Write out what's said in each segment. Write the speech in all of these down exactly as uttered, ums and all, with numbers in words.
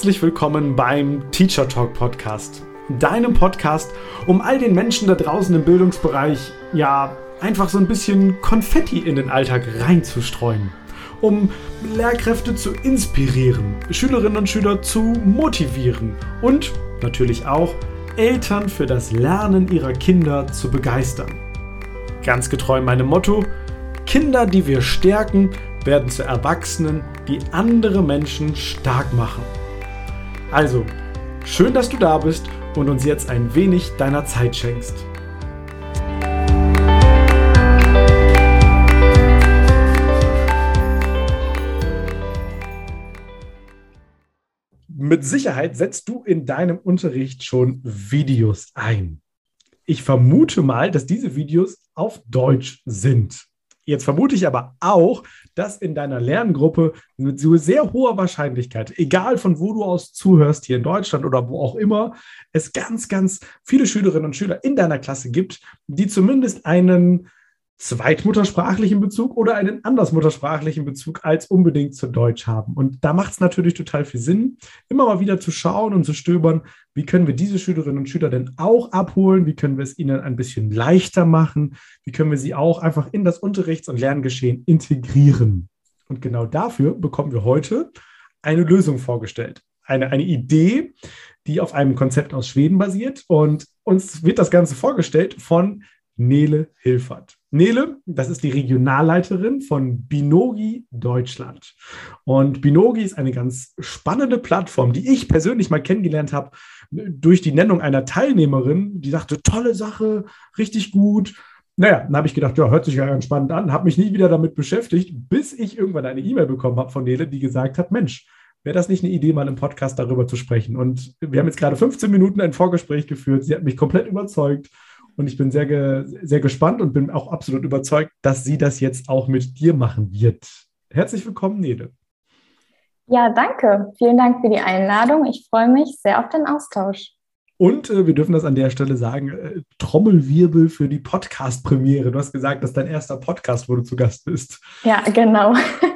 Herzlich willkommen beim Teacher Talk Podcast, deinem Podcast, um all den Menschen da draußen im Bildungsbereich, ja, einfach so ein bisschen Konfetti in den Alltag reinzustreuen, um Lehrkräfte zu inspirieren, Schülerinnen und Schüler zu motivieren und natürlich auch Eltern für das Lernen ihrer Kinder zu begeistern. Ganz getreu meinem Motto: Kinder, die wir stärken, werden zu Erwachsenen, die andere Menschen stark machen. Also, schön, dass du da bist und uns jetzt ein wenig deiner Zeit schenkst. Mit Sicherheit setzt du in deinem Unterricht schon Videos ein. Ich vermute mal, dass diese Videos auf Deutsch sind. Jetzt vermute ich aber auch, dass in deiner Lerngruppe mit so sehr hoher Wahrscheinlichkeit, egal von wo du aus zuhörst, hier in Deutschland oder wo auch immer, es ganz, ganz viele Schülerinnen und Schüler in deiner Klasse gibt, die zumindest einen zweitmuttersprachlichen Bezug oder einen andersmuttersprachlichen Bezug als unbedingt zu Deutsch haben. Und da macht es natürlich total viel Sinn, immer mal wieder zu schauen und zu stöbern, wie können wir diese Schülerinnen und Schüler denn auch abholen, wie können wir es ihnen ein bisschen leichter machen, wie können wir sie auch einfach in das Unterrichts- und Lerngeschehen integrieren. Und genau dafür bekommen wir heute eine Lösung vorgestellt, eine, eine Idee, die auf einem Konzept aus Schweden basiert, und uns wird das Ganze vorgestellt von Nele Hilfert. Nele, das ist die Regionalleiterin von Binogi Deutschland. Und Binogi ist eine ganz spannende Plattform, die ich persönlich mal kennengelernt habe durch die Nennung einer Teilnehmerin, die sagte, tolle Sache, richtig gut. Naja, dann habe ich gedacht, ja, hört sich ja ganz spannend an, habe mich nie wieder damit beschäftigt, bis ich irgendwann eine E-Mail bekommen habe von Nele, die gesagt hat, Mensch, wäre das nicht eine Idee, mal im Podcast darüber zu sprechen? Und wir haben jetzt gerade fünfzehn Minuten ein Vorgespräch geführt. Sie hat mich komplett überzeugt. Und ich bin sehr, ge- sehr gespannt und bin auch absolut überzeugt, dass sie das jetzt auch mit dir machen wird. Herzlich willkommen, Nele. Ja, danke. Vielen Dank für die Einladung. Ich freue mich sehr auf den Austausch. Und äh, wir dürfen das an der Stelle sagen, äh, Trommelwirbel für die Podcast-Premiere. Du hast gesagt, das ist dein erster Podcast, wo du zu Gast bist. Ja, genau.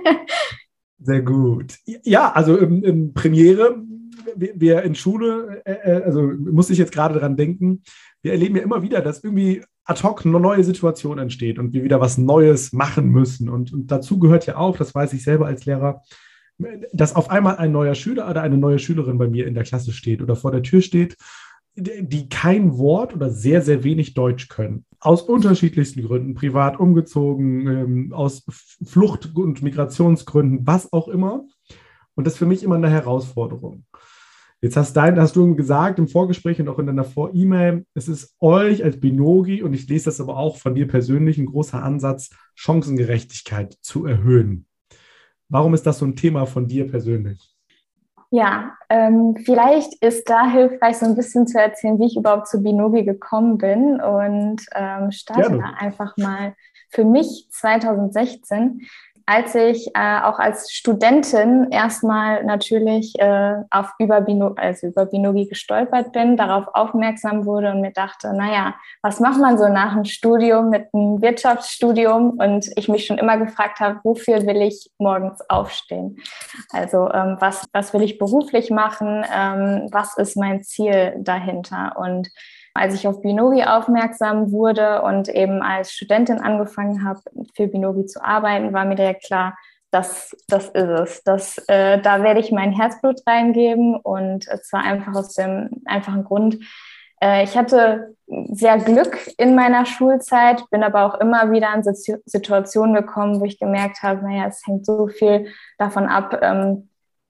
Sehr gut. Ja, also ähm, ähm, Premiere, wir, wir in Schule, äh, also muss ich jetzt gerade dran denken, wir erleben ja immer wieder, dass irgendwie ad hoc eine neue Situation entsteht und wir wieder was Neues machen müssen. Und, und dazu gehört ja auch, das weiß ich selber als Lehrer, dass auf einmal ein neuer Schüler oder eine neue Schülerin bei mir in der Klasse steht oder vor der Tür steht, die kein Wort oder sehr, sehr wenig Deutsch können. Aus unterschiedlichsten Gründen, privat umgezogen, ähm, aus Flucht- und Migrationsgründen, was auch immer. Und das ist für mich immer eine Herausforderung. Jetzt hast, dein, hast du gesagt im Vorgespräch und auch in deiner Vor-E-Mail, es ist euch als Binogi, und ich lese das aber auch von dir persönlich, ein großer Ansatz, Chancengerechtigkeit zu erhöhen. Warum ist das so ein Thema von dir persönlich? Ja, ähm, vielleicht ist da hilfreich, so ein bisschen zu erzählen, wie ich überhaupt zu Binogi gekommen bin, und ähm, starte Gerne. da einfach mal. Für mich zwanzig sechzehn, als ich äh, auch als Studentin erstmal natürlich äh, auf über, Bino, also über Binogi gestolpert bin, darauf aufmerksam wurde und mir dachte, naja, was macht man so nach dem Studium mit einem Wirtschaftsstudium? Und ich mich schon immer gefragt habe, wofür will ich morgens aufstehen? Also ähm, was, was will ich beruflich machen? Ähm, was ist mein Ziel dahinter? Und als ich auf Binogi aufmerksam wurde und eben als Studentin angefangen habe, für Binogi zu arbeiten, war mir direkt klar, das, das ist es. Das, äh, da werde ich mein Herzblut reingeben, und zwar einfach aus dem einfachen Grund, äh, ich hatte sehr Glück in meiner Schulzeit, bin aber auch immer wieder an Situationen gekommen, wo ich gemerkt habe, naja, es hängt so viel davon ab, ähm,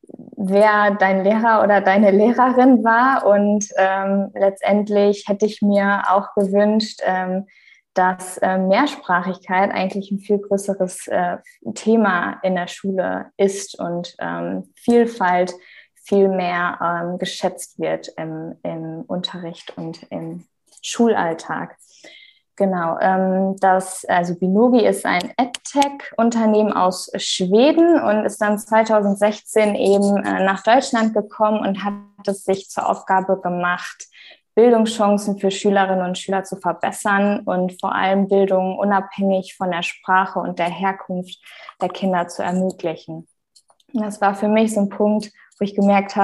wer dein Lehrer oder deine Lehrerin war. Und ähm, letztendlich hätte ich mir auch gewünscht, ähm, dass äh, Mehrsprachigkeit eigentlich ein viel größeres äh, Thema in der Schule ist und ähm, Vielfalt viel mehr ähm, geschätzt wird im, im Unterricht und im Schulalltag. Genau, ähm, das, also Binogi ist ein EdTech-Unternehmen aus Schweden und ist dann zwanzig sechzehn eben äh, nach Deutschland gekommen und hat es sich zur Aufgabe gemacht, Bildungschancen für Schülerinnen und Schüler zu verbessern und vor allem Bildung unabhängig von der Sprache und der Herkunft der Kinder zu ermöglichen. Und das war für mich so ein Punkt, wo ich gemerkt habe,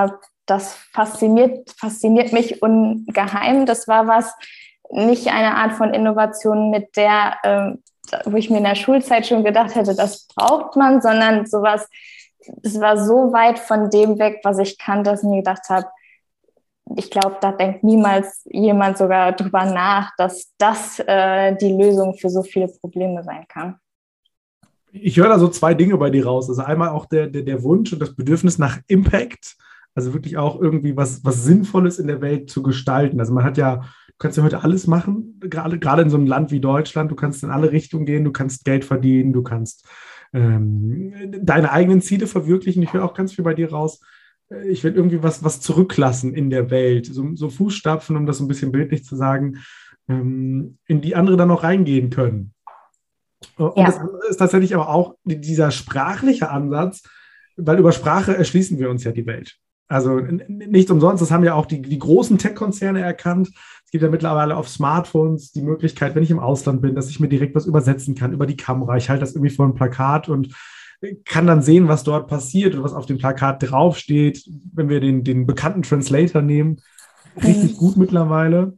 das fasziniert, fasziniert mich ungeheim. Das war was, nicht eine Art von Innovation, mit der, äh, wo ich mir in der Schulzeit schon gedacht hätte, das braucht man, sondern sowas, es war so weit von dem weg, was ich kannte, dass ich mir gedacht habe, ich glaube, da denkt niemals jemand sogar drüber nach, dass das äh, die Lösung für so viele Probleme sein kann. Ich höre da so zwei Dinge bei dir raus. Also einmal auch der, der, der Wunsch und das Bedürfnis nach Impact, also wirklich auch irgendwie was, was Sinnvolles in der Welt zu gestalten. Also man hat ja, du kannst ja heute alles machen, gerade, gerade in so einem Land wie Deutschland. Du kannst in alle Richtungen gehen, du kannst Geld verdienen, du kannst ähm, deine eigenen Ziele verwirklichen. Ich höre auch ganz viel bei dir raus. Ich will irgendwie was, was zurücklassen in der Welt, so, so Fußstapfen, um das so ein bisschen bildlich zu sagen, ähm, in die andere dann noch reingehen können. Und ja. Das andere ist tatsächlich aber auch dieser sprachliche Ansatz, weil über Sprache erschließen wir uns ja die Welt. Also nicht umsonst, das haben ja auch die, die großen Tech-Konzerne erkannt. Es gibt ja mittlerweile auf Smartphones die Möglichkeit, wenn ich im Ausland bin, dass ich mir direkt was übersetzen kann über die Kamera. Ich halte das irgendwie vor ein Plakat und kann dann sehen, was dort passiert und was auf dem Plakat draufsteht. Wenn wir den, den bekannten Translator nehmen, richtig mhm. gut mittlerweile.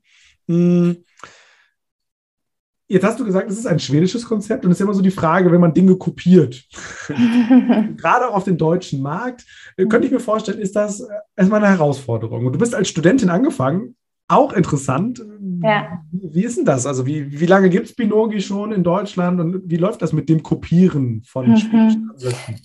Jetzt hast du gesagt, es ist ein schwedisches Konzept und es ist immer so die Frage, wenn man Dinge kopiert, gerade auch auf den deutschen Markt, könnte ich mir vorstellen, ist das erstmal eine Herausforderung. Und du bist als Studentin angefangen, auch interessant. Ja. Wie ist denn das? Also wie, wie lange gibt es Binogi schon in Deutschland und wie läuft das mit dem Kopieren von mhm. schwedischen Ansätzen?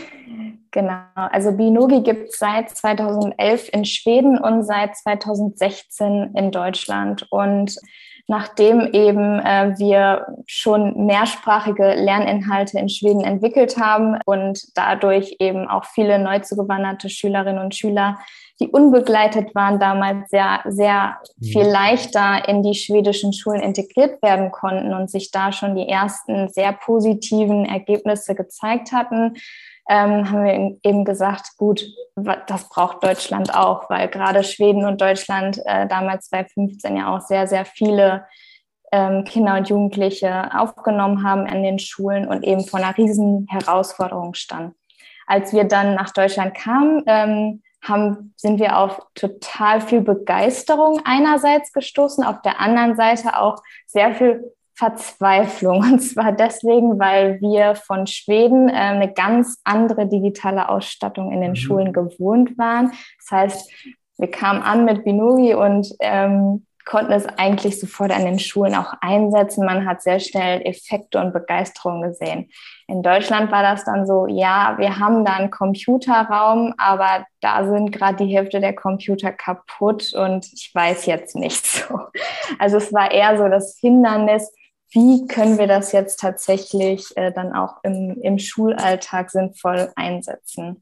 Genau, also Binogi gibt es seit zweitausendelf in Schweden und seit zweitausendsechzehn in Deutschland. Und nachdem eben äh, wir schon mehrsprachige Lerninhalte in Schweden entwickelt haben und dadurch eben auch viele neu zugewanderte Schülerinnen und Schüler, die unbegleitet waren, damals sehr, sehr viel leichter in die schwedischen Schulen integriert werden konnten und sich da schon die ersten sehr positiven Ergebnisse gezeigt hatten, ähm, haben wir eben gesagt, gut, das braucht Deutschland auch, weil gerade Schweden und Deutschland äh, damals zweitausendfünfzehn ja auch sehr, sehr viele ähm, Kinder und Jugendliche aufgenommen haben an den Schulen und eben vor einer riesen Herausforderung standen. Als wir dann nach Deutschland kamen, ähm, haben, sind wir auf total viel Begeisterung einerseits gestoßen, auf der anderen Seite auch sehr viel Verzweiflung. Und zwar deswegen, weil wir von Schweden äh, eine ganz andere digitale Ausstattung in den mhm. Schulen gewohnt waren. Das heißt, wir kamen an mit Binogi und ähm, konnten es eigentlich sofort an den Schulen auch einsetzen. Man hat sehr schnell Effekte und Begeisterung gesehen. In Deutschland war das dann so, ja, wir haben da einen Computerraum, aber da sind gerade die Hälfte der Computer kaputt und ich weiß jetzt nicht so. Also es war eher so das Hindernis, wie können wir das jetzt tatsächlich äh, dann auch im, im Schulalltag sinnvoll einsetzen?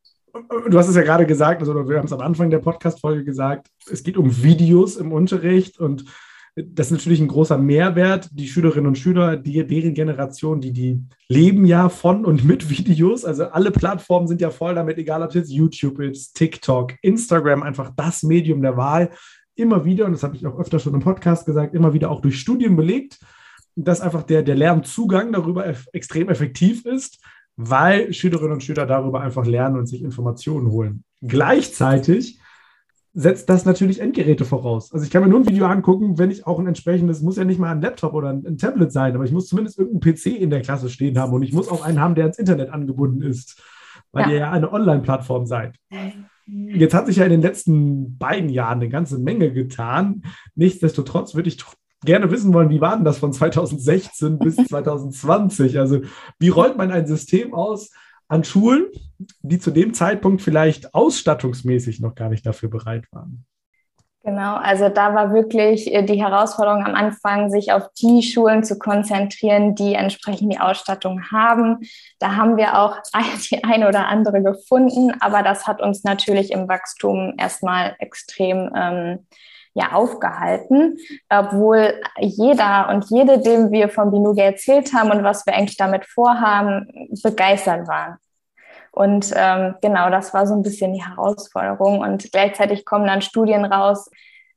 Du hast es ja gerade gesagt, also wir haben es am Anfang der Podcast-Folge gesagt, es geht um Videos im Unterricht und das ist natürlich ein großer Mehrwert. Die Schülerinnen und Schüler, die, deren Generation, die, die leben ja von und mit Videos. Also alle Plattformen sind ja voll damit, egal ob es jetzt YouTube ist, TikTok, Instagram, einfach das Medium der Wahl. Immer wieder, und das habe ich auch öfter schon im Podcast gesagt, immer wieder auch durch Studien belegt, dass einfach der, der Lernzugang darüber eff- extrem effektiv ist, weil Schülerinnen und Schüler darüber einfach lernen und sich Informationen holen. Gleichzeitig setzt das natürlich Endgeräte voraus. Also ich kann mir nur ein Video angucken, wenn ich auch ein entsprechendes, muss ja nicht mal ein Laptop oder ein, ein Tablet sein, aber ich muss zumindest irgendeinen P C in der Klasse stehen haben und ich muss auch einen haben, der ans Internet angebunden ist, weil ja. ihr ja eine Online-Plattform seid. Jetzt hat sich ja in den letzten beiden Jahren eine ganze Menge getan. Nichtsdestotrotz würde ich gerne wissen wollen, wie war denn das von zweitausendsechzehn bis zweitausendzwanzig? Also wie rollt man ein System aus an Schulen, die zu dem Zeitpunkt vielleicht ausstattungsmäßig noch gar nicht dafür bereit waren? Genau, also da war wirklich die Herausforderung am Anfang, sich auf die Schulen zu konzentrieren, die entsprechend die Ausstattung haben. Da haben wir auch die eine oder andere gefunden, aber das hat uns natürlich im Wachstum erstmal extrem ähm, ja, aufgehalten, obwohl jeder und jede, dem wir von Binogi erzählt haben und was wir eigentlich damit vorhaben, begeistert waren. Und ähm, genau, das war so ein bisschen die Herausforderung. Und gleichzeitig kommen dann Studien raus,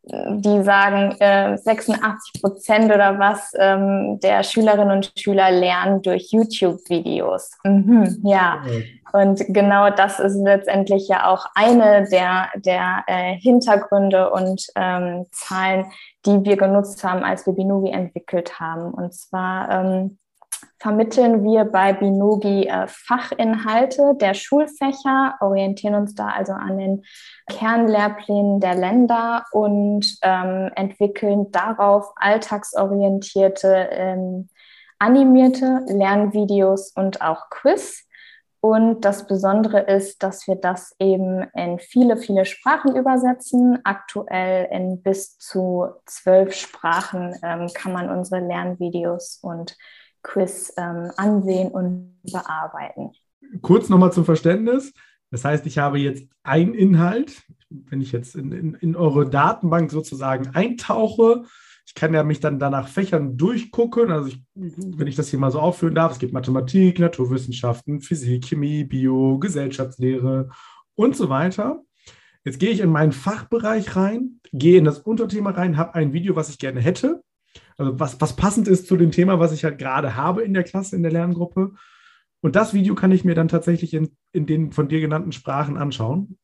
die sagen, äh, sechsundachtzig Prozent oder was ähm, der Schülerinnen und Schüler lernen durch YouTube-Videos. Mhm, ja, und genau das ist letztendlich ja auch eine der, der äh, Hintergründe und ähm, Zahlen, die wir genutzt haben, als wir Binogi entwickelt haben. Und zwar ähm, vermitteln wir bei Binogi äh, Fachinhalte der Schulfächer, orientieren uns da also an den Kernlehrplänen der Länder und ähm, entwickeln darauf alltagsorientierte, ähm, animierte Lernvideos und auch Quiz. Und das Besondere ist, dass wir das eben in viele, viele Sprachen übersetzen. Aktuell in bis zu zwölf Sprachen ähm, kann man unsere Lernvideos und Quiz ähm, ansehen und bearbeiten. Kurz nochmal zum Verständnis. Das heißt, ich habe jetzt einen Inhalt, wenn ich jetzt in, in, in eure Datenbank sozusagen eintauche. Ich kann ja mich dann danach Fächern durchgucken. Also ich, wenn ich das hier mal so aufführen darf, es gibt Mathematik, Naturwissenschaften, Physik, Chemie, Bio, Gesellschaftslehre und so weiter. Jetzt gehe ich in meinen Fachbereich rein, gehe in das Unterthema rein, habe ein Video, was ich gerne hätte. Also was, was passend ist zu dem Thema, was ich halt gerade habe in der Klasse, in der Lerngruppe. Und das Video kann ich mir dann tatsächlich in, in den von dir genannten Sprachen anschauen.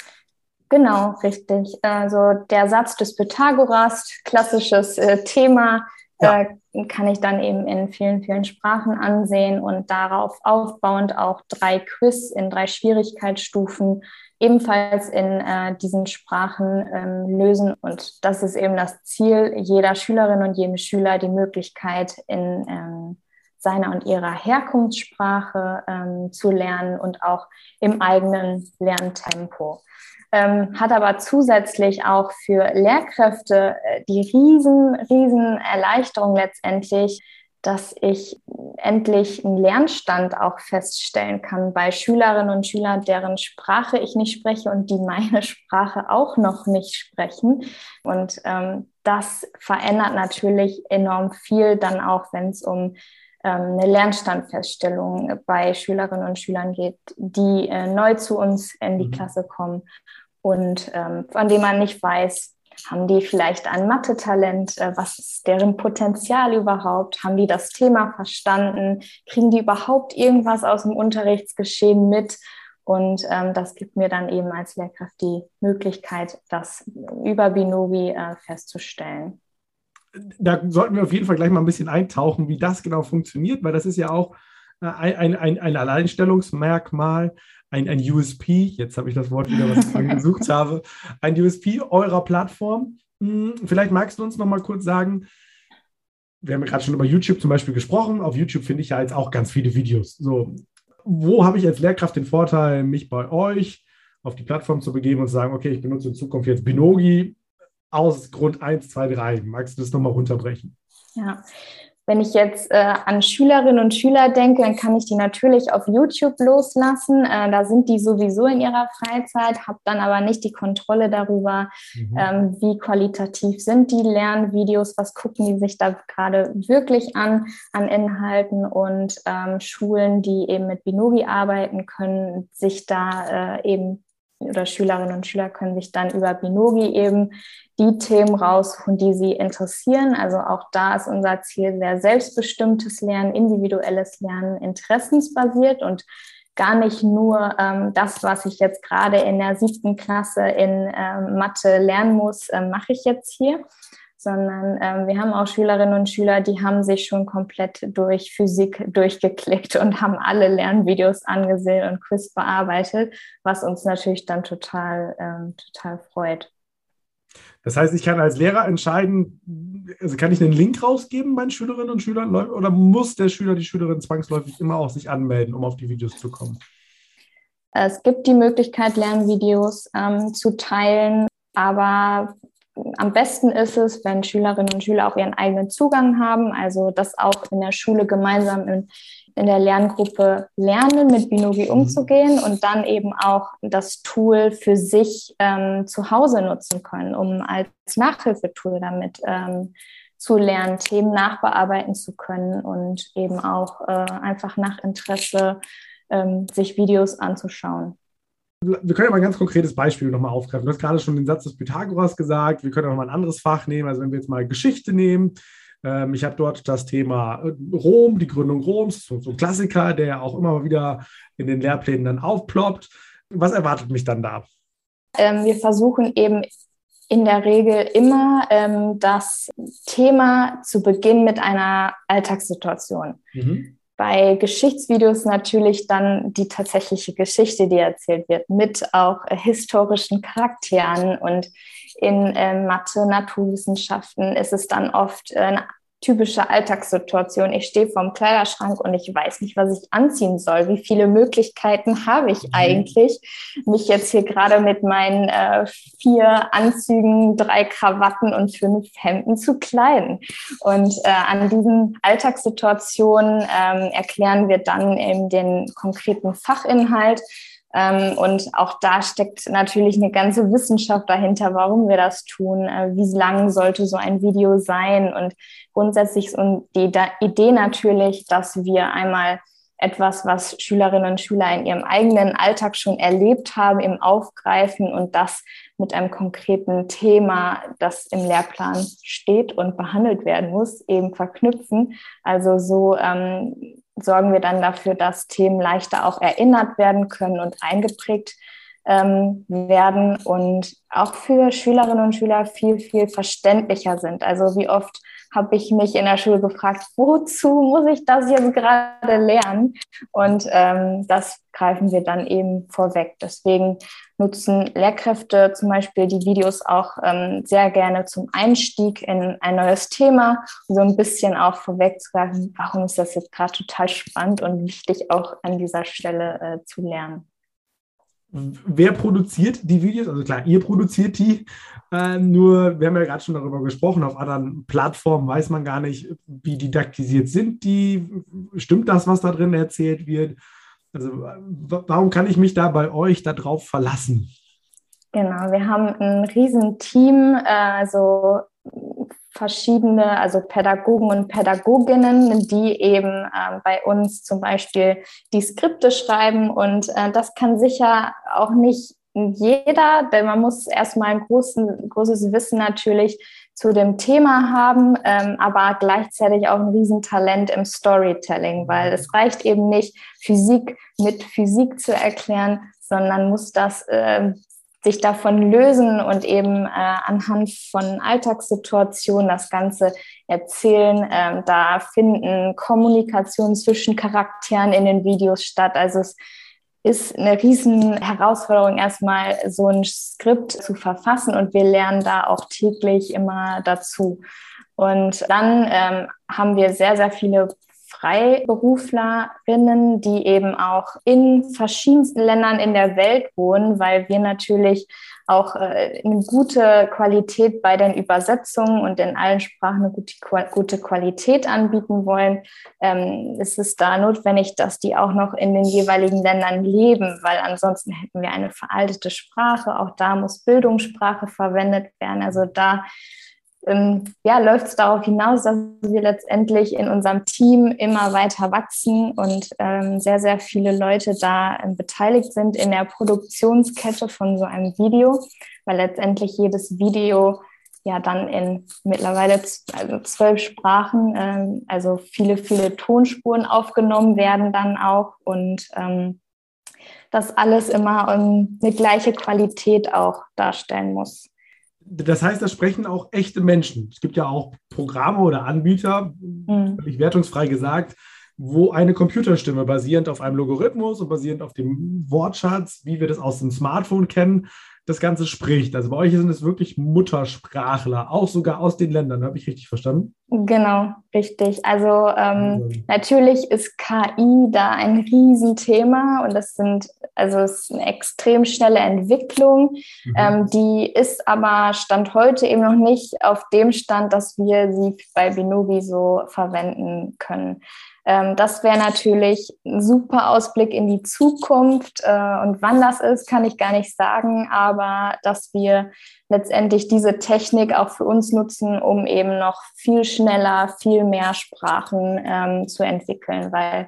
Genau, richtig. Also der Satz des Pythagoras, klassisches äh, Thema, ja. äh, kann ich dann eben in vielen, vielen Sprachen ansehen und darauf aufbauend auch drei Quiz in drei Schwierigkeitsstufen ebenfalls in äh, diesen Sprachen ähm, lösen. Und das ist eben das Ziel, jeder Schülerin und jedem Schüler die Möglichkeit in ähm, seiner und ihrer Herkunftssprache ähm, zu lernen und auch im eigenen Lerntempo. Ähm, hat aber zusätzlich auch für Lehrkräfte äh, die riesen, riesen Erleichterung letztendlich, dass ich endlich einen Lernstand auch feststellen kann bei Schülerinnen und Schülern, deren Sprache ich nicht spreche und die meine Sprache auch noch nicht sprechen. Und ähm, das verändert natürlich enorm viel dann auch, wenn es um ähm, eine Lernstandfeststellung bei Schülerinnen und Schülern geht, die äh, neu zu uns in die Klasse kommen und ähm, von denen man nicht weiß, haben die vielleicht ein Mathe-Talent? Was ist deren Potenzial überhaupt? Haben die das Thema verstanden? Kriegen die überhaupt irgendwas aus dem Unterrichtsgeschehen mit? Und ähm, das gibt mir dann eben als Lehrkraft die Möglichkeit, das über Binogi äh, festzustellen. Da sollten wir auf jeden Fall gleich mal ein bisschen eintauchen, wie das genau funktioniert, weil das ist ja auch ein, ein, ein Alleinstellungsmerkmal, ein, ein U S P, jetzt habe ich das Wort wieder, was ich vorhin gesucht habe, ein U S P eurer Plattform. Vielleicht magst du uns noch mal kurz sagen, wir haben ja gerade schon über YouTube zum Beispiel gesprochen, auf YouTube finde ich ja jetzt auch ganz viele Videos. So, wo habe ich als Lehrkraft den Vorteil, mich bei euch auf die Plattform zu begeben und zu sagen, okay, ich benutze in Zukunft jetzt Binogi aus Grund eins, zwei, drei. Magst du das nochmal runterbrechen? Ja, wenn ich jetzt äh, an Schülerinnen und Schüler denke, dann kann ich die natürlich auf YouTube loslassen. Äh, da sind die sowieso in ihrer Freizeit, habe dann aber nicht die Kontrolle darüber, mhm. ähm, wie qualitativ sind die Lernvideos, was gucken die sich da gerade wirklich an, an Inhalten und ähm, Schulen, die eben mit Binogi arbeiten können, sich da äh, eben oder Schülerinnen und Schüler können sich dann über Binogi eben die Themen raussuchen, die sie interessieren. Also auch da ist unser Ziel sehr selbstbestimmtes Lernen, individuelles Lernen, interessensbasiert und gar nicht nur ähm, das, was ich jetzt gerade in der siebten Klasse in ähm, Mathe lernen muss, äh, mache ich jetzt hier, sondern ähm, wir haben auch Schülerinnen und Schüler, die haben sich schon komplett durch Physik durchgeklickt und haben alle Lernvideos angesehen und Quiz bearbeitet, was uns natürlich dann total, ähm, total freut. Das heißt, ich kann als Lehrer entscheiden, also kann ich einen Link rausgeben bei Schülerinnen und Schülern oder muss der Schüler, die Schülerin zwangsläufig immer auch sich anmelden, um auf die Videos zu kommen? Es gibt die Möglichkeit, Lernvideos ähm, zu teilen, aber am besten ist es, wenn Schülerinnen und Schüler auch ihren eigenen Zugang haben, also das auch in der Schule gemeinsam in, in der Lerngruppe lernen, mit Binogi umzugehen und dann eben auch das Tool für sich ähm, zu Hause nutzen können, um als Nachhilfetool damit ähm, zu lernen, Themen nachbearbeiten zu können und eben auch äh, einfach nach Interesse ähm, sich Videos anzuschauen. Wir können ja mal ein ganz konkretes Beispiel nochmal aufgreifen. Du hast gerade schon den Satz des Pythagoras gesagt. Wir können auch noch mal ein anderes Fach nehmen. Also wenn wir jetzt mal Geschichte nehmen. Ähm, ich habe dort das Thema Rom, die Gründung Roms, so, so ein Klassiker, der ja auch immer mal wieder in den Lehrplänen dann aufploppt. Was erwartet mich dann da? Ähm, wir versuchen eben in der Regel immer ähm, das Thema zu Beginn mit einer Alltagssituation. Mhm. Bei Geschichtsvideos natürlich dann die tatsächliche Geschichte, die erzählt wird, mit auch äh, historischen Charakteren. Und in äh, Mathe, Naturwissenschaften ist es dann oft äh, eine typische Alltagssituation. Ich stehe vorm Kleiderschrank und ich weiß nicht, was ich anziehen soll. Wie viele Möglichkeiten habe ich eigentlich, mich jetzt hier gerade mit meinen äh, vier Anzügen, drei Krawatten und fünf Hemden zu kleiden? Und äh, an diesen Alltagssituationen ähm, erklären wir dann eben den konkreten Fachinhalt. Ähm, und auch da steckt natürlich eine ganze Wissenschaft dahinter, warum wir das tun. Äh, wie lang sollte so ein Video sein? Und grundsätzlich ist die Idee natürlich, dass wir einmal etwas, was Schülerinnen und Schüler in ihrem eigenen Alltag schon erlebt haben, eben aufgreifen und das mit einem konkreten Thema, das im Lehrplan steht und behandelt werden muss, eben verknüpfen. Also so ähm, sorgen wir dann dafür, dass Themen leichter auch erinnert werden können und eingeprägt ähm, werden und auch für Schülerinnen und Schüler viel, viel verständlicher sind. Also wie oft habe ich mich in der Schule gefragt, wozu muss ich das jetzt gerade lernen? Und ähm, das greifen wir dann eben vorweg. Deswegen nutzen Lehrkräfte zum Beispiel die Videos auch ähm, sehr gerne zum Einstieg in ein neues Thema, um so ein bisschen auch vorwegzugreifen, warum ist das jetzt gerade total spannend und wichtig auch an dieser Stelle äh, zu lernen. Wer produziert die Videos? Also klar, ihr produziert die, äh, nur wir haben ja gerade schon darüber gesprochen, auf anderen Plattformen weiß man gar nicht, wie didaktisiert sind die, stimmt das, was da drin erzählt wird? Also warum kann ich mich da bei euch darauf verlassen? Genau, wir haben ein riesen Team, äh, also verschiedene, also Pädagogen und Pädagoginnen, die eben äh, bei uns zum Beispiel die Skripte schreiben. Und äh, das kann sicher auch nicht jeder, denn man muss erstmal ein großen, großes Wissen natürlich zu dem Thema haben, ähm, aber gleichzeitig auch ein Riesentalent im Storytelling, weil es reicht eben nicht, Physik mit Physik zu erklären, sondern muss das äh, sich davon lösen und eben äh, anhand von Alltagssituationen das Ganze erzählen. Ähm, da finden Kommunikationen zwischen Charakteren in den Videos statt. Also es ist eine riesen Herausforderung, erstmal so ein Skript zu verfassen und wir lernen da auch täglich immer dazu. Und dann ähm, haben wir sehr, sehr viele Freiberuflerinnen, die eben auch in verschiedensten Ländern in der Welt wohnen, weil wir natürlich auch äh, eine gute Qualität bei den Übersetzungen und in allen Sprachen eine gute, gute Qualität anbieten wollen. Ähm, es ist da notwendig, dass die auch noch in den jeweiligen Ländern leben, weil ansonsten hätten wir eine veraltete Sprache. Auch da muss Bildungssprache verwendet werden. Also da Ähm, ja, läuft es darauf hinaus, dass wir letztendlich in unserem Team immer weiter wachsen und ähm, sehr, sehr viele Leute da ähm, beteiligt sind in der Produktionskette von so einem Video, weil letztendlich jedes Video ja dann in mittlerweile z- also zwölf Sprachen, ähm, also viele, viele Tonspuren aufgenommen werden dann auch und ähm, das alles immer um eine gleiche Qualität auch darstellen muss. Das heißt, da sprechen auch echte Menschen. Es gibt ja auch Programme oder Anbieter, Mhm. völlig wertungsfrei gesagt, wo eine Computerstimme basierend auf einem Logarithmus und basierend auf dem Wortschatz, wie wir das aus dem Smartphone kennen, das Ganze spricht. Also bei euch sind es wirklich Muttersprachler, auch sogar aus den Ländern. Habe ich richtig verstanden? Genau, richtig. Also ähm, mhm. natürlich ist K I da ein Riesenthema und das sind, also es ist eine extrem schnelle Entwicklung. Mhm. Ähm, die ist aber Stand heute eben noch nicht auf dem Stand, dass wir sie bei Binogi so verwenden können. Ähm, das wäre natürlich ein super Ausblick in die Zukunft äh, und wann das ist, kann ich gar nicht sagen, aber dass wir letztendlich diese Technik auch für uns nutzen, um eben noch viel schneller, viel mehr Sprachen ähm, zu entwickeln, weil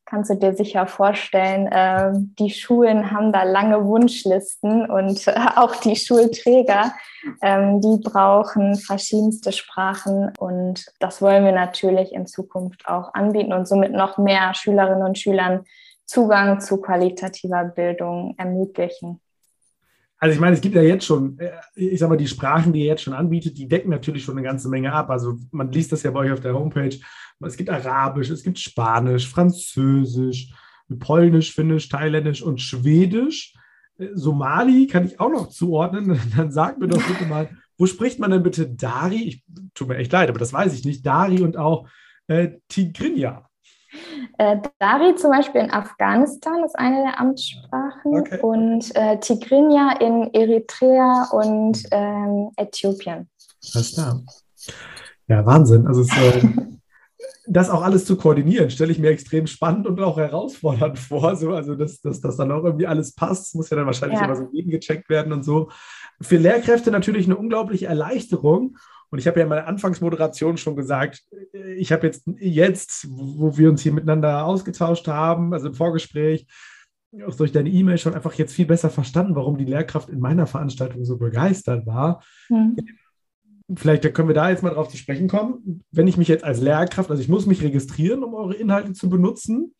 kannst du dir sicher vorstellen, äh, die Schulen haben da lange Wunschlisten und äh, auch die Schulträger, ähm, die brauchen verschiedenste Sprachen und das wollen wir natürlich in Zukunft auch anbieten und somit noch mehr Schülerinnen und Schülern Zugang zu qualitativer Bildung ermöglichen. Also ich meine, es gibt ja jetzt schon, ich sag mal, die Sprachen, die ihr jetzt schon anbietet, die decken natürlich schon eine ganze Menge ab. Also man liest das ja bei euch auf der Homepage. Es gibt Arabisch, es gibt Spanisch, Französisch, Polnisch, Finnisch, Thailändisch und Schwedisch. Somali kann ich auch noch zuordnen. Dann sag mir doch bitte mal, wo spricht man denn bitte Dari? Ich, tut mir echt leid, aber das weiß ich nicht. Dari und auch äh, Tigrinya. Äh, Dari zum Beispiel in Afghanistan ist eine der Amtssprachen Okay. und äh, Tigrinya in Eritrea und ähm, Äthiopien. Alles klar. Ja, Wahnsinn. Also es, äh, das auch alles zu koordinieren, stelle ich mir extrem spannend und auch herausfordernd vor. So, also dass, dass das dann auch irgendwie alles passt, das muss ja dann wahrscheinlich Ja. immer so gegengecheckt werden und so. Für Lehrkräfte natürlich eine unglaubliche Erleichterung. Und ich habe ja in meiner Anfangsmoderation schon gesagt, ich habe jetzt, jetzt, wo wir uns hier miteinander ausgetauscht haben, also im Vorgespräch, auch durch deine E-Mail schon einfach jetzt viel besser verstanden, warum die Lehrkraft in meiner Veranstaltung so begeistert war. Hm. Vielleicht können wir da jetzt mal drauf zu sprechen kommen. Wenn ich mich jetzt als Lehrkraft, also ich muss mich registrieren, um eure Inhalte zu benutzen.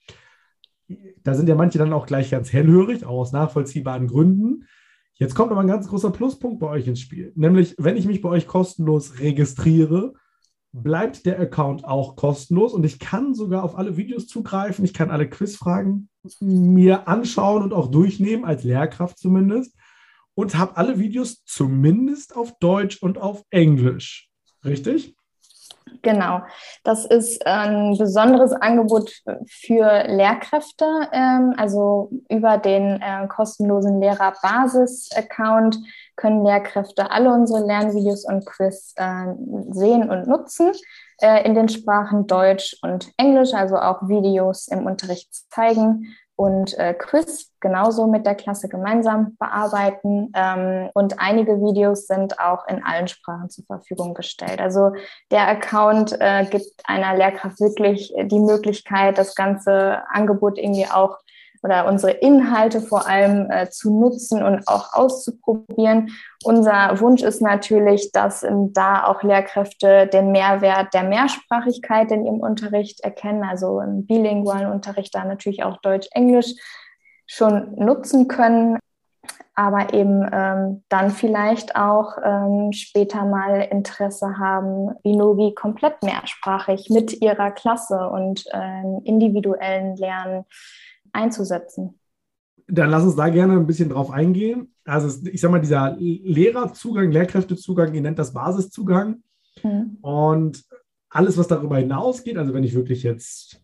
Da sind ja manche dann auch gleich ganz hellhörig, auch aus nachvollziehbaren Gründen. Jetzt kommt aber ein ganz großer Pluspunkt bei euch ins Spiel. Nämlich, wenn ich mich bei euch kostenlos registriere, bleibt der Account auch kostenlos und ich kann sogar auf alle Videos zugreifen. Ich kann alle Quizfragen mir anschauen und auch durchnehmen, als Lehrkraft zumindest. Und habe alle Videos zumindest auf Deutsch und auf Englisch. Richtig? Genau, das ist ein besonderes Angebot für Lehrkräfte. Also über den kostenlosen Lehrerbasis-Account können Lehrkräfte alle unsere Lernvideos und Quiz sehen und nutzen in den Sprachen Deutsch und Englisch, also auch Videos im Unterricht zeigen und äh, Quiz genauso mit der Klasse gemeinsam bearbeiten. Ähm, und einige Videos sind auch in allen Sprachen zur Verfügung gestellt. Also der Account äh, gibt einer Lehrkraft wirklich die Möglichkeit, das ganze Angebot irgendwie auch oder unsere Inhalte vor allem äh, zu nutzen und auch auszuprobieren. Unser Wunsch ist natürlich, dass ähm, da auch Lehrkräfte den Mehrwert der Mehrsprachigkeit in ihrem Unterricht erkennen, also im bilingualen Unterricht da natürlich auch Deutsch-Englisch schon nutzen können, aber eben ähm, dann vielleicht auch ähm, später mal Interesse haben, Binogi komplett mehrsprachig mit ihrer Klasse und ähm, individuellen Lernen einzusetzen. Dann lass uns da gerne ein bisschen drauf eingehen. Also ich sage mal, dieser Lehrerzugang, Lehrkräftezugang, ihr nennt das Basiszugang. Mhm. Und alles, was darüber hinausgeht, also wenn ich wirklich jetzt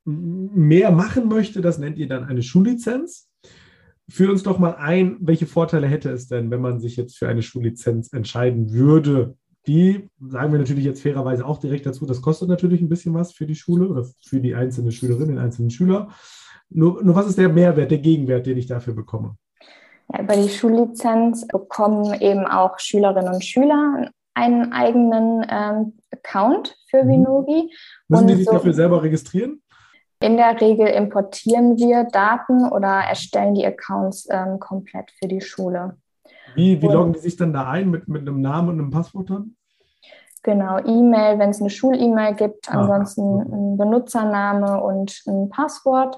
mehr machen möchte, das nennt ihr dann eine Schullizenz. Führ uns doch mal ein, welche Vorteile hätte es denn, wenn man sich jetzt für eine Schullizenz entscheiden würde? Die sagen wir natürlich jetzt fairerweise auch direkt dazu, das kostet natürlich ein bisschen was für die Schule oder für die einzelne Schülerin, den einzelnen Schüler. Nur, nur was ist der Mehrwert, der Gegenwert, den ich dafür bekomme? Ja, über die Schullizenz bekommen eben auch Schülerinnen und Schüler einen eigenen ähm, Account für Binogi. Müssen und die sich so dafür selber registrieren? In der Regel importieren wir Daten oder erstellen die Accounts ähm, komplett für die Schule. Wie, wie loggen die sich dann da ein mit, mit einem Namen und einem Passwort dann? Genau, E-Mail, wenn es eine Schul-E-Mail gibt, Ah, ansonsten okay. ein Benutzername und ein Passwort.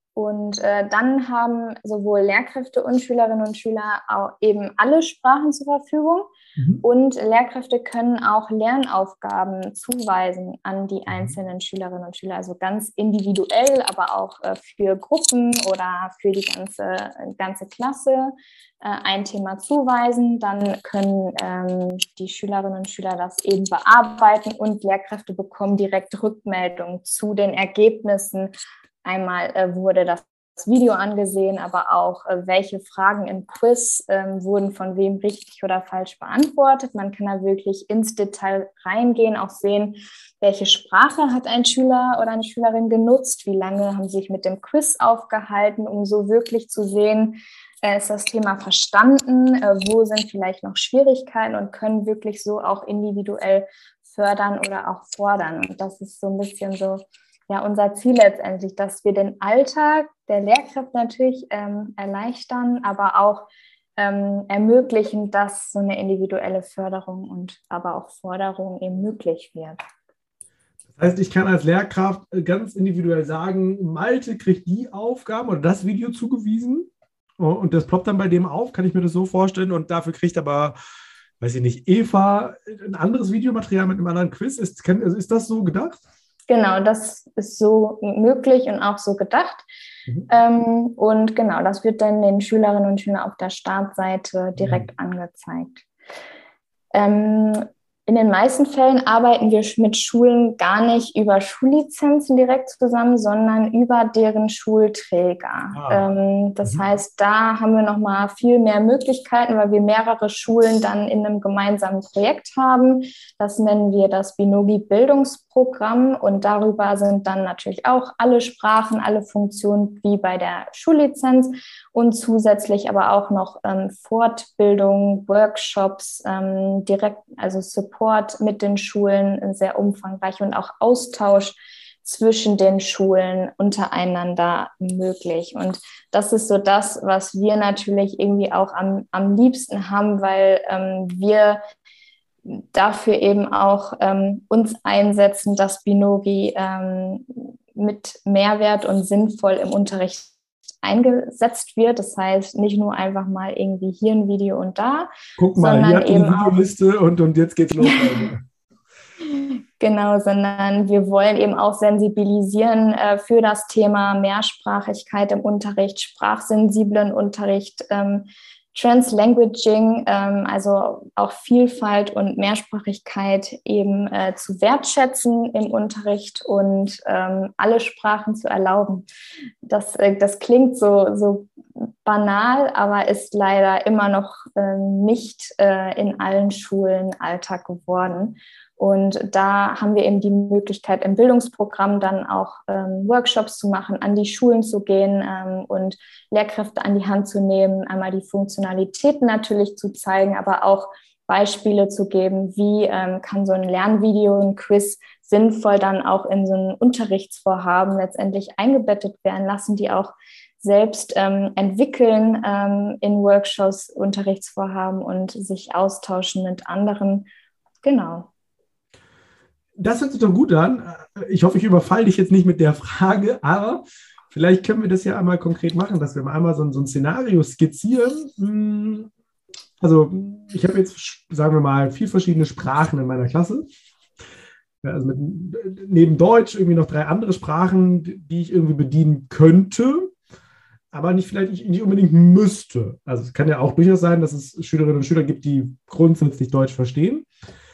Und äh, dann haben sowohl Lehrkräfte und Schülerinnen und Schüler auch eben alle Sprachen zur Verfügung. Mhm. Und Lehrkräfte können auch Lernaufgaben zuweisen an die einzelnen Schülerinnen und Schüler, also ganz individuell, aber auch äh, für Gruppen oder für die ganze, ganze Klasse äh, ein Thema zuweisen. Dann können ähm, die Schülerinnen und Schüler das eben bearbeiten und Lehrkräfte bekommen direkt Rückmeldung zu den Ergebnissen. Einmal äh, wurde das Video angesehen, aber auch äh, welche Fragen im Quiz äh, wurden von wem richtig oder falsch beantwortet. Man kann da wirklich ins Detail reingehen, auch sehen, welche Sprache hat ein Schüler oder eine Schülerin genutzt, wie lange haben sie sich mit dem Quiz aufgehalten, um so wirklich zu sehen, äh, ist das Thema verstanden, äh, wo sind vielleicht noch Schwierigkeiten und können wirklich so auch individuell fördern oder auch fordern. Und das ist so ein bisschen so ja unser Ziel letztendlich, dass wir den Alltag der Lehrkräfte natürlich ähm, erleichtern, aber auch ähm, ermöglichen, dass so eine individuelle Förderung und aber auch Forderung eben möglich wird. Das heißt, ich kann als Lehrkraft ganz individuell sagen, Malte kriegt die Aufgaben oder das Video zugewiesen und das ploppt dann bei dem auf, kann ich mir das so vorstellen, und dafür kriegt aber, weiß ich nicht, Eva ein anderes Videomaterial mit einem anderen Quiz. Ist, kann, also ist das so gedacht? Genau, das ist so möglich und auch so gedacht. Mhm. Ähm, und genau, das wird dann den Schülerinnen und Schülern auf der Startseite direkt mhm. angezeigt. Ähm, In den meisten Fällen arbeiten wir mit Schulen gar nicht über Schullizenzen direkt zusammen, sondern über deren Schulträger. Ah. Ähm, das mhm. heißt, da haben wir nochmal viel mehr Möglichkeiten, weil wir mehrere Schulen dann in einem gemeinsamen Projekt haben. Das nennen wir das Binogi-Bildungsprogramm, und darüber sind dann natürlich auch alle Sprachen, alle Funktionen wie bei der Schullizenz und zusätzlich aber auch noch ähm, Fortbildung, Workshops, ähm, direkt, also Support mit den Schulen sehr umfangreich und auch Austausch zwischen den Schulen untereinander möglich. Und das ist so das, was wir natürlich irgendwie auch am, am liebsten haben, weil ähm, wir dafür eben auch ähm, uns einsetzen, dass Binogi ähm, mit Mehrwert und sinnvoll im Unterricht eingesetzt wird. Das heißt, nicht nur einfach mal irgendwie hier ein Video und da. Guck mal, hier habt ihr die Videoliste und, und jetzt geht's los. Genau, sondern wir wollen eben auch sensibilisieren äh, für das Thema Mehrsprachigkeit im Unterricht, sprachsensiblen Unterricht, ähm, Translanguaging, ähm, also auch Vielfalt und Mehrsprachigkeit eben äh, zu wertschätzen im Unterricht und ähm, alle Sprachen zu erlauben. Das, äh, das klingt so, so banal, aber ist leider immer noch äh, nicht äh, in allen Schulen Alltag geworden. Und da haben wir eben die Möglichkeit, im Bildungsprogramm dann auch ähm, Workshops zu machen, an die Schulen zu gehen ähm, und Lehrkräfte an die Hand zu nehmen, einmal die Funktionalitäten natürlich zu zeigen, aber auch Beispiele zu geben, wie ähm, kann so ein Lernvideo, ein Quiz sinnvoll dann auch in so ein Unterrichtsvorhaben letztendlich eingebettet werden, lassen die auch selbst ähm, entwickeln ähm, in Workshops, Unterrichtsvorhaben und sich austauschen mit anderen. Genau. Das hört sich doch gut an. Ich hoffe, ich überfalle dich jetzt nicht mit der Frage, aber vielleicht können wir das ja einmal konkret machen, dass wir mal einmal so ein, so ein Szenario skizzieren. Also ich habe jetzt, sagen wir mal, vier verschiedene Sprachen in meiner Klasse. Ja, also mit, neben Deutsch irgendwie noch drei andere Sprachen, die ich irgendwie bedienen könnte, aber nicht vielleicht nicht, nicht unbedingt müsste. Also es kann ja auch durchaus sein, dass es Schülerinnen und Schüler gibt, die grundsätzlich Deutsch verstehen.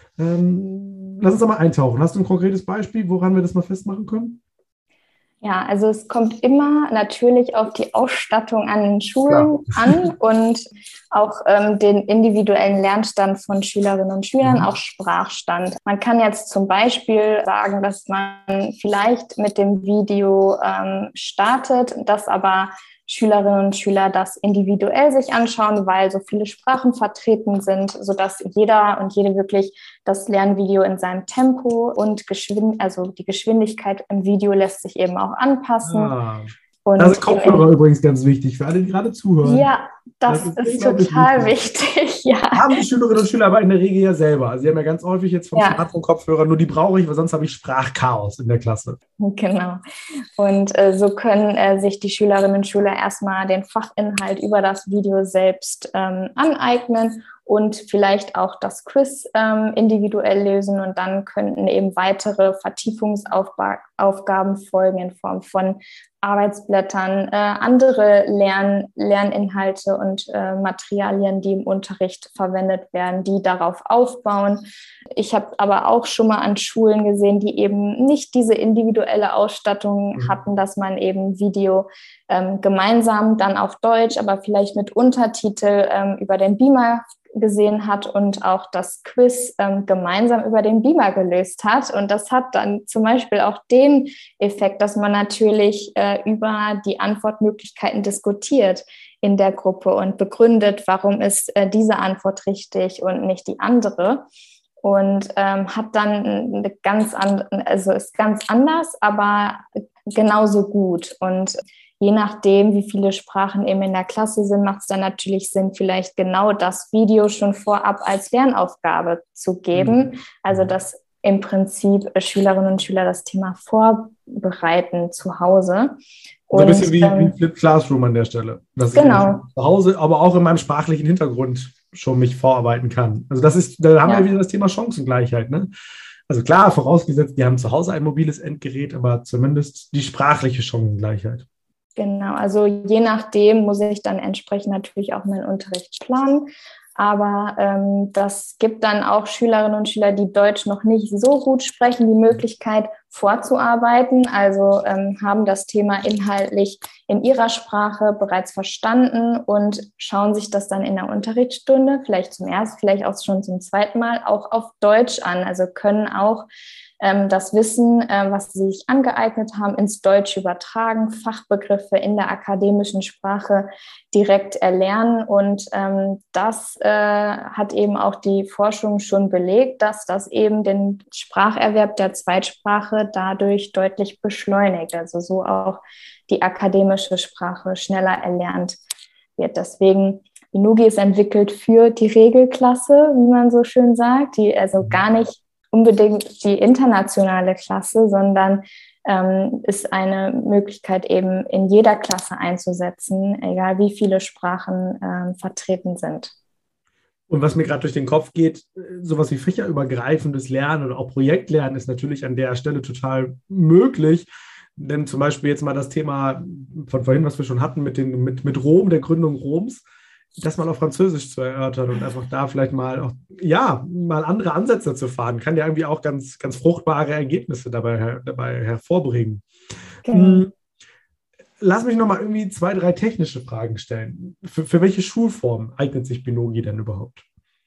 Ähm, lass uns da mal eintauchen. Hast du ein konkretes Beispiel, woran wir das mal festmachen können? Ja, also es kommt immer natürlich auf die Ausstattung an den Schulen Klar. an und auch ähm, den individuellen Lernstand von Schülerinnen und Schülern, mhm. auch Sprachstand. Man kann jetzt zum Beispiel sagen, dass man vielleicht mit dem Video ähm, startet, das aber Schülerinnen und Schüler das individuell sich anschauen, weil so viele Sprachen vertreten sind, sodass jeder und jede wirklich das Lernvideo in seinem Tempo und Geschwind- also die Geschwindigkeit im Video lässt sich eben auch anpassen. Ah. Und das ist Kopfhörer übrigens ganz wichtig, für alle, die gerade zuhören. Ja, das, das ist, ist total wichtig. wichtig ja. Haben die Schülerinnen und Schüler aber in der Regel ja selber. Also sie haben ja ganz häufig jetzt vom ja. Smartphone-Kopfhörer, nur die brauche ich, weil sonst habe ich Sprachchaos in der Klasse. Genau. Und äh, so können äh, sich die Schülerinnen und Schüler erstmal den Fachinhalt über das Video selbst ähm, aneignen und vielleicht auch das Quiz ähm, individuell lösen, und dann könnten eben weitere Vertiefungsaufgaben folgen in Form von Arbeitsblättern, äh, andere Lern Lerninhalte und äh, Materialien, die im Unterricht verwendet werden, die darauf aufbauen. Ich habe aber auch schon mal an Schulen gesehen, die eben nicht diese individuelle Ausstattung mhm. hatten, dass man eben Video ähm, gemeinsam dann auf Deutsch, aber vielleicht mit Untertitel ähm, über den Beamer gesehen hat und auch das Quiz ähm, gemeinsam über den Beamer gelöst hat. Und das hat dann zum Beispiel auch den Effekt, dass man natürlich äh, über die Antwortmöglichkeiten diskutiert in der Gruppe und begründet, warum ist äh, diese Antwort richtig und nicht die andere. und ähm, hat dann eine ganz andere, also ist ganz anders, aber genauso gut. Und je nachdem, wie viele Sprachen eben in der Klasse sind, macht es dann natürlich Sinn, vielleicht genau das Video schon vorab als Lernaufgabe zu geben. Also dass im Prinzip Schülerinnen und Schüler das Thema vorbereiten zu Hause. So ein bisschen wie, ähm, wie Flip Classroom an der Stelle. Dass genau. ich zu Hause, aber auch in meinem sprachlichen Hintergrund schon mich vorarbeiten kann. Also das ist, da haben ja. wir wieder das Thema Chancengleichheit, ne? Also klar, vorausgesetzt, die haben zu Hause ein mobiles Endgerät, aber zumindest die sprachliche Chancengleichheit. Genau, also je nachdem muss ich dann entsprechend natürlich auch meinen Unterricht planen. Aber ähm, das gibt dann auch Schülerinnen und Schüler, die Deutsch noch nicht so gut sprechen, die Möglichkeit vorzuarbeiten. Also ähm, haben das Thema inhaltlich in ihrer Sprache bereits verstanden und schauen sich das dann in der Unterrichtsstunde, vielleicht zum ersten, vielleicht auch schon zum zweiten Mal, auch auf Deutsch an. Also können auch ähm, das Wissen, äh, was sie sich angeeignet haben, ins Deutsch übertragen, Fachbegriffe in der akademischen Sprache direkt erlernen. Und ähm, das äh, hat eben auch die Forschung schon belegt, dass das eben den Spracherwerb der Zweitsprache dadurch deutlich beschleunigt. Also so auch die akademische Sprache schneller erlernt wird. Deswegen, Binogi ist entwickelt für die Regelklasse, wie man so schön sagt, die also gar nicht unbedingt die internationale Klasse, sondern ähm, ist eine Möglichkeit eben in jeder Klasse einzusetzen, egal wie viele Sprachen ähm, vertreten sind. Und was mir gerade durch den Kopf geht, sowas wie fächerübergreifendes Lernen oder auch Projektlernen ist natürlich an der Stelle total möglich. Denn zum Beispiel jetzt mal das Thema von vorhin, was wir schon hatten, mit, den, mit, mit Rom, der Gründung Roms, das mal auf Französisch zu erörtern und einfach da vielleicht mal auch, ja, mal andere Ansätze zu fahren, kann ja irgendwie auch ganz, ganz fruchtbare Ergebnisse dabei, dabei hervorbringen. Okay. Lass mich nochmal irgendwie zwei, drei technische Fragen stellen. Für, für welche Schulform eignet sich Binogi denn überhaupt?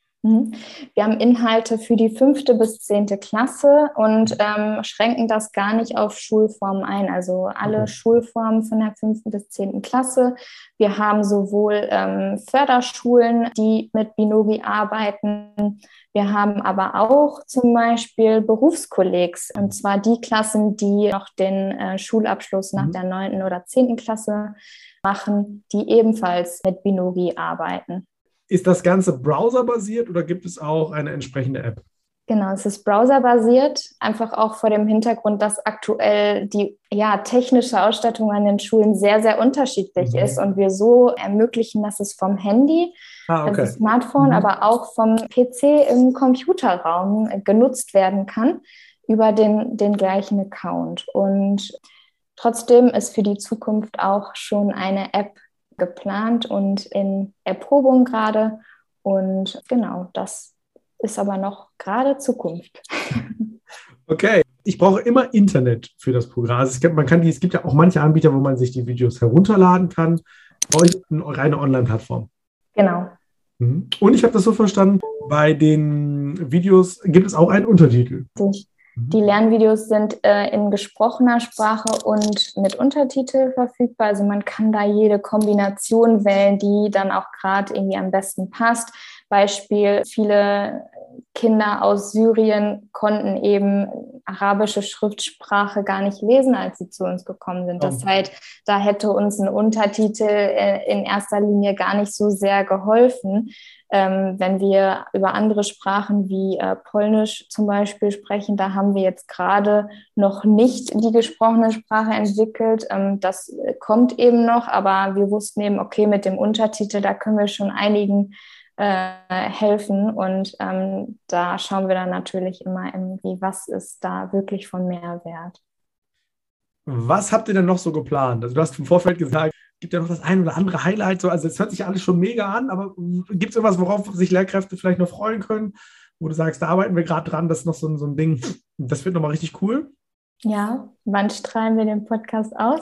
Wir haben Inhalte für die fünfte bis zehnte Klasse und ähm, schränken das gar nicht auf Schulformen ein. Also alle okay. Schulformen von der fünften bis zehnten Klasse. Wir haben sowohl ähm, Förderschulen, die mit Binogi arbeiten. Wir haben aber auch zum Beispiel Berufskollegs, und zwar die Klassen, die noch den äh, Schulabschluss nach mhm. der neunten oder zehnten Klasse machen, die ebenfalls mit Binogi arbeiten. Ist das Ganze browserbasiert oder gibt es auch eine entsprechende App? Genau, es ist browserbasiert, einfach auch vor dem Hintergrund, dass aktuell die ja, technische Ausstattung an den Schulen sehr, sehr unterschiedlich mhm. ist und wir so ermöglichen, dass es vom Handy, ah, okay. also Smartphone, mhm. aber auch vom P C im Computerraum genutzt werden kann über den, den gleichen Account. Und trotzdem ist für die Zukunft auch schon eine App geplant und in Erprobung gerade. Und genau, das ist aber noch gerade Zukunft. Okay, ich brauche immer Internet für das Programm. Also es gibt, man kann die, es gibt ja auch manche Anbieter, wo man sich die Videos herunterladen kann. Bei euch eine reine Online-Plattform. Genau. Mhm. Und ich habe das so verstanden, bei den Videos gibt es auch einen Untertitel. Richtig. Die Lernvideos sind äh, in gesprochener Sprache und mit Untertitel verfügbar. Also man kann da jede Kombination wählen, die dann auch gerade irgendwie am besten passt. Beispiel, viele Kinder aus Syrien konnten eben arabische Schriftsprache gar nicht lesen, als sie zu uns gekommen sind. Das heißt, da hätte uns ein Untertitel in erster Linie gar nicht so sehr geholfen. Ähm, wenn wir über andere Sprachen wie äh, Polnisch zum Beispiel sprechen, da haben wir jetzt gerade noch nicht die gesprochene Sprache entwickelt. Ähm, das kommt eben noch, aber wir wussten eben, okay, mit dem Untertitel, da können wir schon einigen äh, helfen und ähm, da schauen wir dann natürlich immer irgendwie, was ist da wirklich von Mehrwert. Was habt ihr denn noch so geplant? Also du hast im Vorfeld gesagt, gibt ja noch das ein oder andere Highlight. So. Also es hört sich alles schon mega an, aber gibt es irgendwas, worauf sich Lehrkräfte vielleicht noch freuen können, wo du sagst, da arbeiten wir gerade dran, das ist noch so, so ein Ding, das wird nochmal richtig cool? Ja, wann strahlen wir den Podcast aus?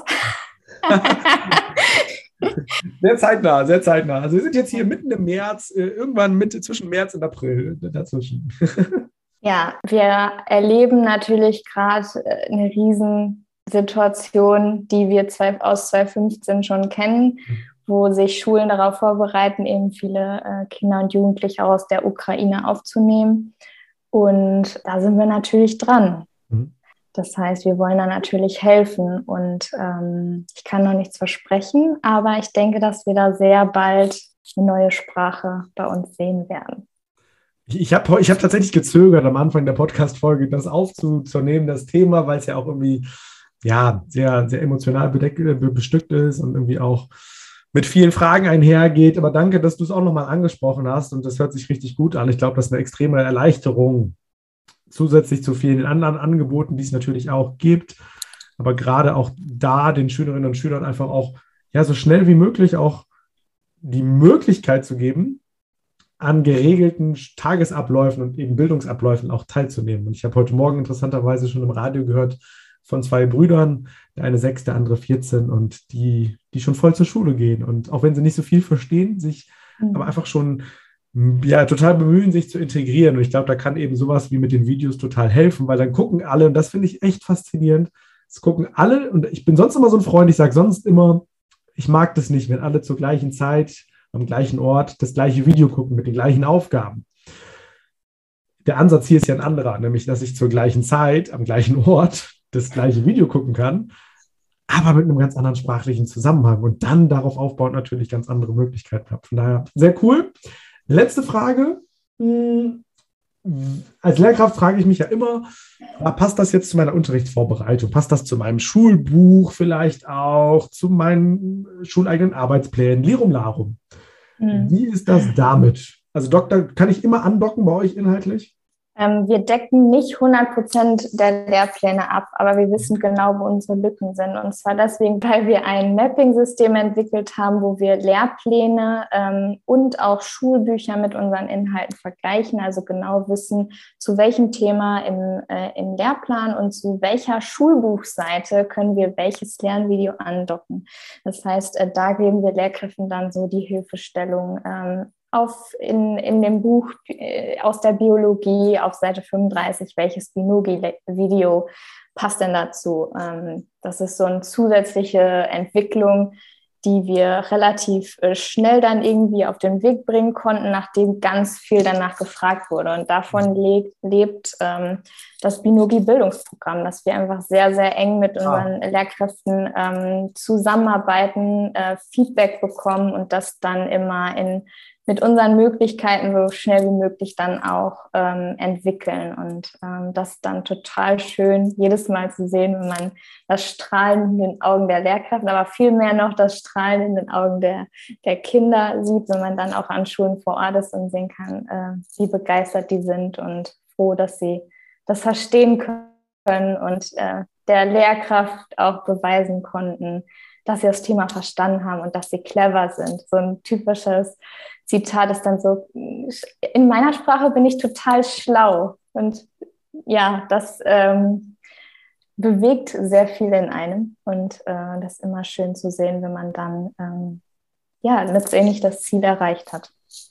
Sehr zeitnah, sehr zeitnah. Also wir sind jetzt hier mitten im März, irgendwann Mitte zwischen März und April dazwischen. Ja, wir erleben natürlich gerade eine riesen Situation, die wir aus zwanzig fünfzehn schon kennen, wo sich Schulen darauf vorbereiten, eben viele äh, Kinder und Jugendliche aus der Ukraine aufzunehmen. Und da sind wir natürlich dran. Mhm. Das heißt, wir wollen da natürlich helfen und ähm, ich kann noch nichts versprechen, aber ich denke, dass wir da sehr bald eine neue Sprache bei uns sehen werden. Ich, ich habe ich hab tatsächlich gezögert, am Anfang der Podcast-Folge das aufzunehmen, das Thema, weil es ja auch irgendwie ja, sehr, sehr emotional bedeckt, bestückt ist und irgendwie auch mit vielen Fragen einhergeht. Aber danke, dass du es auch nochmal angesprochen hast und das hört sich richtig gut an. Ich glaube, das ist eine extreme Erleichterung zusätzlich zu vielen anderen Angeboten, die es natürlich auch gibt. Aber gerade auch da den Schülerinnen und Schülern einfach auch ja, so schnell wie möglich auch die Möglichkeit zu geben, an geregelten Tagesabläufen und eben Bildungsabläufen auch teilzunehmen. Und ich habe heute Morgen interessanterweise schon im Radio gehört von zwei Brüdern, der eine sechs, der andere vierzehn und die, die schon voll zur Schule gehen. Und auch wenn sie nicht so viel verstehen, sich mhm. aber einfach schon ja, total bemühen, sich zu integrieren. Und ich glaube, da kann eben sowas wie mit den Videos total helfen, weil dann gucken alle, und das finde ich echt faszinierend, es gucken alle, und ich bin sonst immer so ein Freund, ich sage sonst immer, ich mag das nicht, wenn alle zur gleichen Zeit am gleichen Ort das gleiche Video gucken mit den gleichen Aufgaben. Der Ansatz hier ist ja ein anderer, nämlich, dass ich zur gleichen Zeit am gleichen Ort das gleiche Video gucken kann, aber mit einem ganz anderen sprachlichen Zusammenhang und dann darauf aufbaut natürlich ganz andere Möglichkeiten habe. Von daher sehr cool. Letzte Frage. Als Lehrkraft frage ich mich ja immer, passt das jetzt zu meiner Unterrichtsvorbereitung? Passt das zu meinem Schulbuch vielleicht auch, zu meinen schuleigenen Arbeitsplänen, Lirum Larum? Mhm. Wie ist das damit? Also Doktor, kann ich immer andocken bei euch inhaltlich? Ähm, wir decken nicht hundert Prozent der Lehrpläne ab, aber wir wissen genau, wo unsere Lücken sind. Und zwar deswegen, weil wir ein Mapping-System entwickelt haben, wo wir Lehrpläne ähm, und auch Schulbücher mit unseren Inhalten vergleichen, also genau wissen, zu welchem Thema im, äh, im Lehrplan und zu welcher Schulbuchseite können wir welches Lernvideo andocken. Das heißt, äh, da geben wir Lehrkräften dann so die Hilfestellung, ähm, auf in, in dem Buch äh, aus der Biologie auf Seite fünfunddreißig, welches Binogi-Video passt denn dazu? Ähm, das ist so eine zusätzliche Entwicklung, die wir relativ äh, schnell dann irgendwie auf den Weg bringen konnten, nachdem ganz viel danach gefragt wurde. Und davon lebt, lebt ähm, das Binogi-Bildungsprogramm, dass wir einfach sehr, sehr eng mit unseren ja. Lehrkräften ähm, zusammenarbeiten, äh, Feedback bekommen und das dann immer in mit unseren Möglichkeiten so schnell wie möglich dann auch ähm, entwickeln. Und ähm, das ist dann total schön, jedes Mal zu sehen, wenn man das Strahlen in den Augen der Lehrkräfte, aber vielmehr noch das Strahlen in den Augen der, der Kinder sieht, wenn man dann auch an Schulen vor Ort ist und sehen kann, äh, wie begeistert die sind und froh, dass sie das verstehen können und äh, der Lehrkraft auch beweisen konnten, dass sie das Thema verstanden haben und dass sie clever sind. So ein typisches Zitat ist dann so, in meiner Sprache bin ich total schlau. Und ja, das ähm, bewegt sehr viel in einem. Und äh, das ist immer schön zu sehen, wenn man dann ähm, ja, letztendlich das Ziel erreicht hat.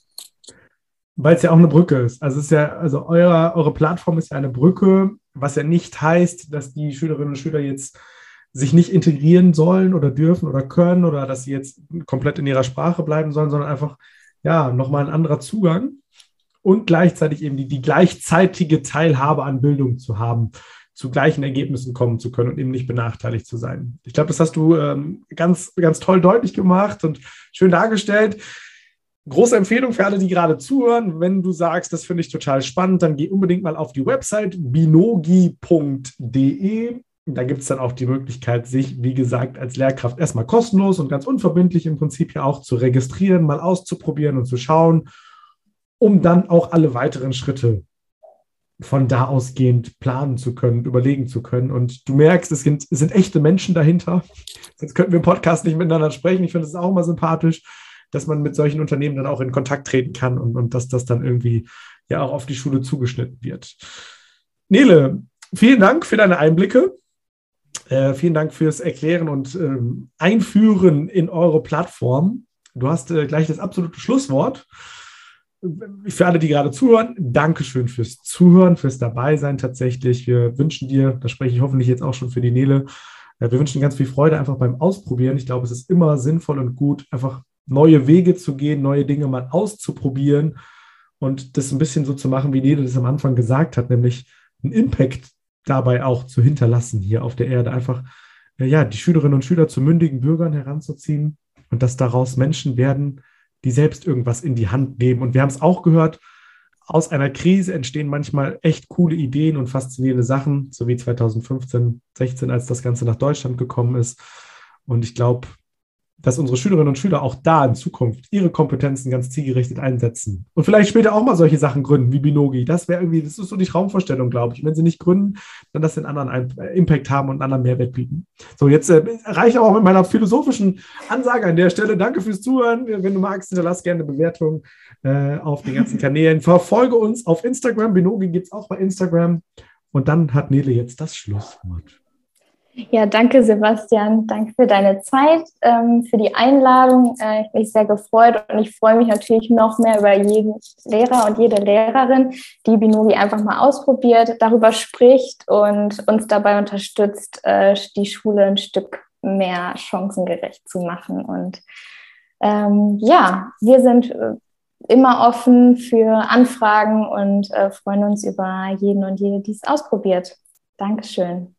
Weil es ja auch eine Brücke ist. Also, es ist ja, also eure, eure Plattform ist ja eine Brücke, was ja nicht heißt, dass die Schülerinnen und Schüler jetzt sich nicht integrieren sollen oder dürfen oder können oder dass sie jetzt komplett in ihrer Sprache bleiben sollen, sondern einfach ja nochmal ein anderer Zugang und gleichzeitig eben die, die gleichzeitige Teilhabe an Bildung zu haben, zu gleichen Ergebnissen kommen zu können und eben nicht benachteiligt zu sein. Ich glaube, das hast du ähm, ganz, ganz toll deutlich gemacht und schön dargestellt. Große Empfehlung für alle, die gerade zuhören. Wenn du sagst, das finde ich total spannend, dann geh unbedingt mal auf die Website binogi punkt de. Da gibt es dann auch die Möglichkeit, sich, wie gesagt, als Lehrkraft erstmal kostenlos und ganz unverbindlich im Prinzip ja auch zu registrieren, mal auszuprobieren und zu schauen, um dann auch alle weiteren Schritte von da ausgehend planen zu können, überlegen zu können. Und du merkst, es sind, es sind echte Menschen dahinter. Sonst könnten wir im Podcast nicht miteinander sprechen. Ich finde es auch immer sympathisch, dass man mit solchen Unternehmen dann auch in Kontakt treten kann und, und dass das dann irgendwie ja auch auf die Schule zugeschnitten wird. Nele, vielen Dank für deine Einblicke. Äh, vielen Dank fürs Erklären und ähm, Einführen in eure Plattform. Du hast äh, gleich das absolute Schlusswort. Für alle, die gerade zuhören, Dankeschön fürs Zuhören, fürs Dabeisein tatsächlich. Wir wünschen dir, da spreche ich hoffentlich jetzt auch schon für die Nele, äh, wir wünschen ganz viel Freude einfach beim Ausprobieren. Ich glaube, es ist immer sinnvoll und gut, einfach neue Wege zu gehen, neue Dinge mal auszuprobieren und das ein bisschen so zu machen, wie Nele das am Anfang gesagt hat, nämlich einen Impact dabei auch zu hinterlassen hier auf der Erde. Einfach, äh, ja, die Schülerinnen und Schüler zu mündigen Bürgern heranzuziehen und dass daraus Menschen werden, die selbst irgendwas in die Hand nehmen. Und wir haben es auch gehört, aus einer Krise entstehen manchmal echt coole Ideen und faszinierende Sachen, so wie zwanzig fünfzehn, sechzehn, als das Ganze nach Deutschland gekommen ist. Und ich glaube, dass unsere Schülerinnen und Schüler auch da in Zukunft ihre Kompetenzen ganz zielgerichtet einsetzen. Und vielleicht später auch mal solche Sachen gründen wie Binogi. Das wäre irgendwie, das ist so die Traumvorstellung, glaube ich. Und wenn sie nicht gründen, dann dass sie einen anderen Impact haben und einen anderen Mehrwert bieten. So, jetzt äh, reicht auch mit meiner philosophischen Ansage an der Stelle. Danke fürs Zuhören. Wenn du magst, hinterlass gerne eine Bewertung äh, auf den ganzen Kanälen. Verfolge uns auf Instagram. Binogi gibt es auch bei Instagram. Und dann hat Nele jetzt das Schlusswort. Ja, danke Sebastian, danke für deine Zeit, ähm, für die Einladung. Äh, ich bin mich sehr gefreut und ich freue mich natürlich noch mehr über jeden Lehrer und jede Lehrerin, die Binogi einfach mal ausprobiert, darüber spricht und uns dabei unterstützt, äh, die Schule ein Stück mehr chancengerecht zu machen. Und ähm, ja, wir sind äh, immer offen für Anfragen und äh, freuen uns über jeden und jede, die es ausprobiert. Dankeschön.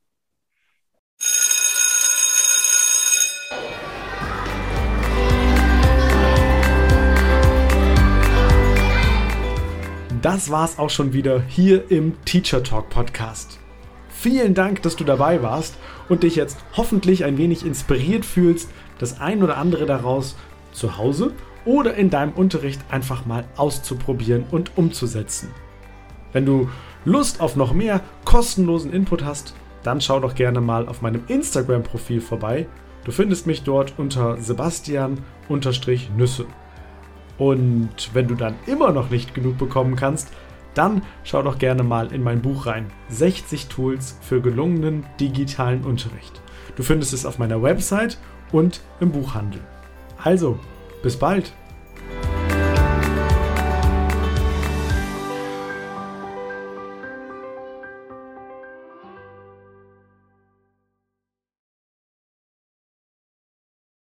Das war's auch schon wieder hier im Teacher Talk Podcast. Vielen Dank, dass du dabei warst und dich jetzt hoffentlich ein wenig inspiriert fühlst, das ein oder andere daraus zu Hause oder in deinem Unterricht einfach mal auszuprobieren und umzusetzen. Wenn du Lust auf noch mehr kostenlosen Input hast, dann schau doch gerne mal auf meinem Instagram-Profil vorbei. Du findest mich dort unter Sebastian-Nüsse. Und wenn du dann immer noch nicht genug bekommen kannst, dann schau doch gerne mal in mein Buch rein. sechzig Tools für gelungenen digitalen Unterricht. Du findest es auf meiner Website und im Buchhandel. Also, bis bald!